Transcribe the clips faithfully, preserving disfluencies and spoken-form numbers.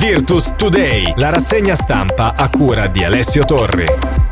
Virtus Today, la rassegna stampa a cura di Alessio Torri.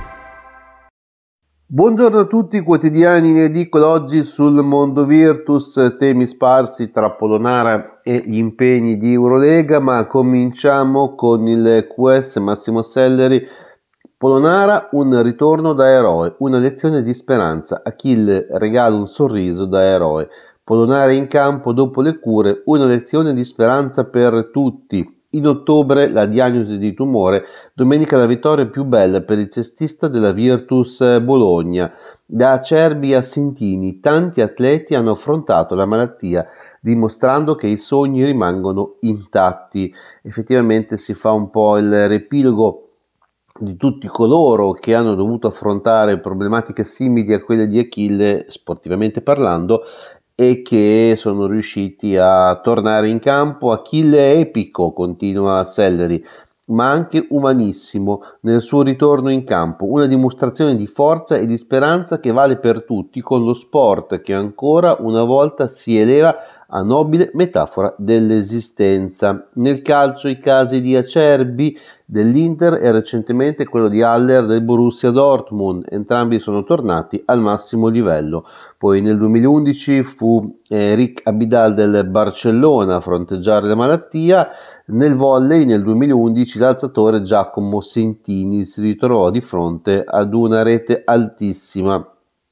Buongiorno a tutti, quotidiani in edicola oggi sul mondo Virtus, temi sparsi tra Polonara e gli impegni di Eurolega, ma cominciamo con il Q S Massimo Selleri. Polonara, un ritorno da eroe, una lezione di speranza, Achille regala un sorriso da eroe. Polonara in campo dopo le cure, una lezione di speranza per tutti. In ottobre la diagnosi di tumore, domenica la vittoria più bella per il cestista della Virtus Bologna. Da Acerbi a Sintini, tanti atleti hanno affrontato la malattia dimostrando che i sogni rimangono intatti. Effettivamente si fa un po' il riepilogo di tutti coloro che hanno dovuto affrontare problematiche simili a quelle di Achille, sportivamente parlando, e che sono riusciti a tornare in campo. Achille epico, continua Selleri, ma anche umanissimo nel suo ritorno in campo, una dimostrazione di forza e di speranza che vale per tutti, con lo sport che ancora una volta si eleva a nobile metafora dell'esistenza. Nel calcio i casi di Acerbi dell'Inter e recentemente quello di Haller del Borussia Dortmund, entrambi sono tornati al massimo livello. Poi nel duemilaundici fu Eric Abidal del Barcellona a fronteggiare la malattia. Nel volley nel duemilaundici l'alzatore Giacomo Sentini si ritrovò di fronte ad una rete altissima.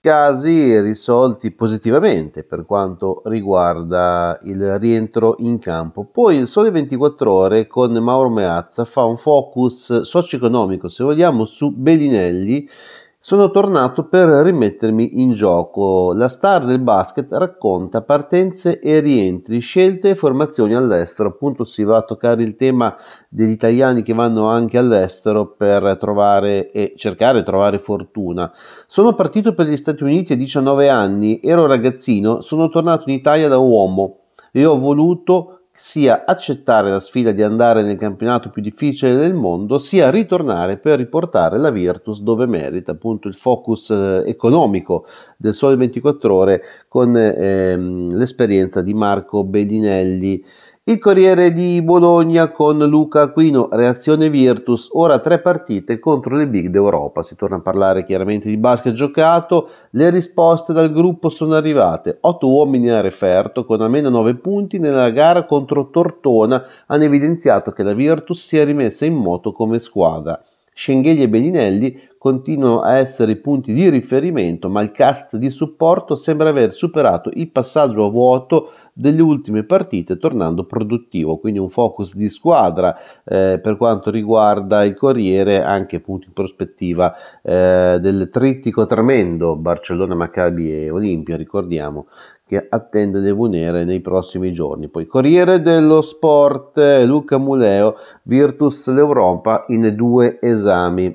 Casi risolti positivamente per quanto riguarda il rientro in campo. Poi il Sole ventiquattro Ore con Mauro Meazza fa un focus socio-economico, se vogliamo, su Belinelli. Sono tornato per rimettermi in gioco. La star del basket racconta partenze e rientri, scelte e formazioni all'estero. Appunto si va a toccare il tema degli italiani che vanno anche all'estero per trovare e cercare di trovare fortuna. Sono partito per gli Stati Uniti a diciannove anni, ero ragazzino, sono tornato in Italia da uomo e ho voluto sia accettare la sfida di andare nel campionato più difficile del mondo, sia ritornare per riportare la Virtus dove merita. Appunto il focus eh, economico del Sole ventiquattro Ore con ehm, l'esperienza di Marco Bellinelli. Il Corriere di Bologna con Luca Aquino, reazione Virtus, ora tre partite contro le big d'Europa. Si torna a parlare chiaramente di basket giocato, le risposte dal gruppo sono arrivate. Otto uomini a referto con almeno nove punti nella gara contro Tortona hanno evidenziato che la Virtus si è rimessa in moto come squadra. Schengelli e Bellinelli continuano a essere i punti di riferimento, ma il cast di supporto sembra aver superato il passaggio a vuoto delle ultime partite, tornando produttivo. Quindi un focus di squadra eh, per quanto riguarda il Corriere, anche appunto in prospettiva eh, del trittico tremendo Barcellona, Maccabi e Olimpia, ricordiamo, che attende le Venere nei prossimi giorni. Poi Corriere dello Sport, Luca Muleo, Virtus l'Europa in due esami.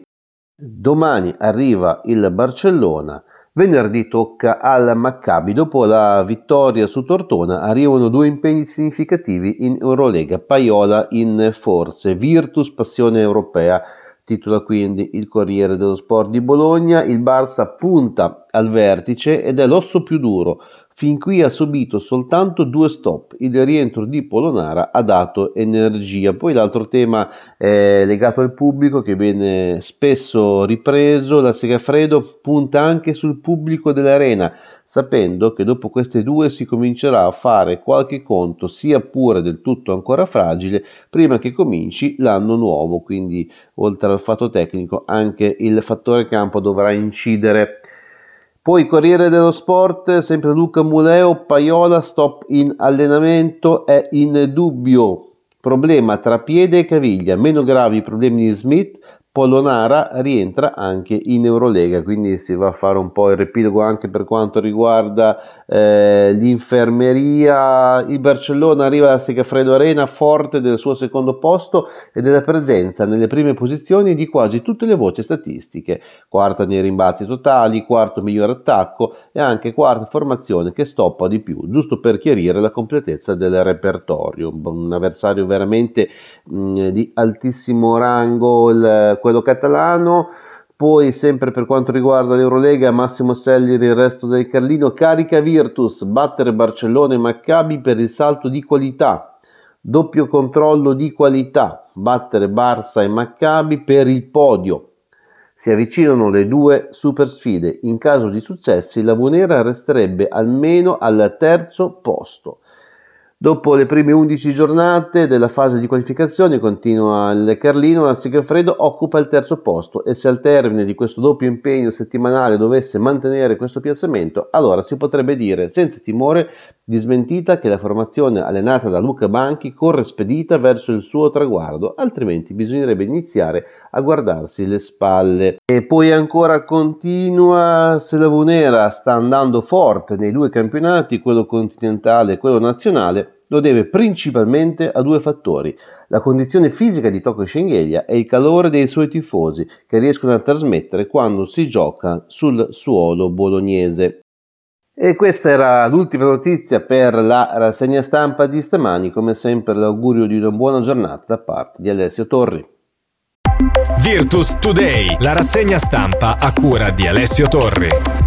Domani arriva il Barcellona, venerdì tocca al Maccabi. Dopo la vittoria su Tortona arrivano due impegni significativi in Eurolega, Paiola in forze, Virtus passione europea. Titola quindi il Corriere dello Sport di Bologna. Il Barça punta al vertice ed è l'osso più duro. Fin qui ha subito soltanto due stop. Il rientro di Polonara ha dato energia. Poi l'altro tema è legato al pubblico che viene spesso ripreso. La Segafredo punta anche sul pubblico dell'Arena, sapendo che dopo queste due si comincerà a fare qualche conto, sia pure del tutto ancora fragile, prima che cominci l'anno nuovo. Quindi oltre al fatto tecnico anche il fattore campo dovrà incidere. Poi Corriere dello Sport, sempre Luca Muleo, Paiola stop in allenamento, è in dubbio, problema tra piede e caviglia, meno gravi i problemi di Smith, Polonara rientra anche in Eurolega, quindi si va a fare un po' il riepilogo anche per quanto riguarda eh, l'infermeria. Il Barcellona arriva alla Segafredo Arena forte del suo secondo posto e della presenza nelle prime posizioni di quasi tutte le voci statistiche, quarta nei rimbalzi totali, quarto miglior attacco e anche quarta formazione che stoppa di più, giusto per chiarire la completezza del repertorio. Un avversario veramente mh, di altissimo rango, il quello catalano. Poi sempre per quanto riguarda l'Eurolega, Massimo Selleri, il resto del Carlino, carica Virtus, battere Barcellona e Maccabi per il salto di qualità, doppio controllo di qualità. battere Barça e Maccabi per il podio. Si avvicinano le due super sfide. In caso di successi, la Lunera resterebbe almeno al terzo posto. Dopo le prime undici giornate della fase di qualificazione, continua il Carlino, la Segafredo occupa il terzo posto e se al termine di questo doppio impegno settimanale dovesse mantenere questo piazzamento, allora si potrebbe dire senza timore di smentita che la formazione allenata da Luca Banchi corre spedita verso il suo traguardo, altrimenti bisognerebbe iniziare a guardarsi le spalle. E poi ancora continua, se la Lunera sta andando forte nei due campionati, quello continentale e quello nazionale, lo deve principalmente a due fattori: la condizione fisica di Tocco Shengelia e il calore dei suoi tifosi che riescono a trasmettere quando si gioca sul suolo bolognese. E questa era l'ultima notizia per la rassegna stampa di stamani. Come sempre l'augurio di una buona giornata da parte di Alessio Torri. Virtus Today, la rassegna stampa a cura di Alessio Torri.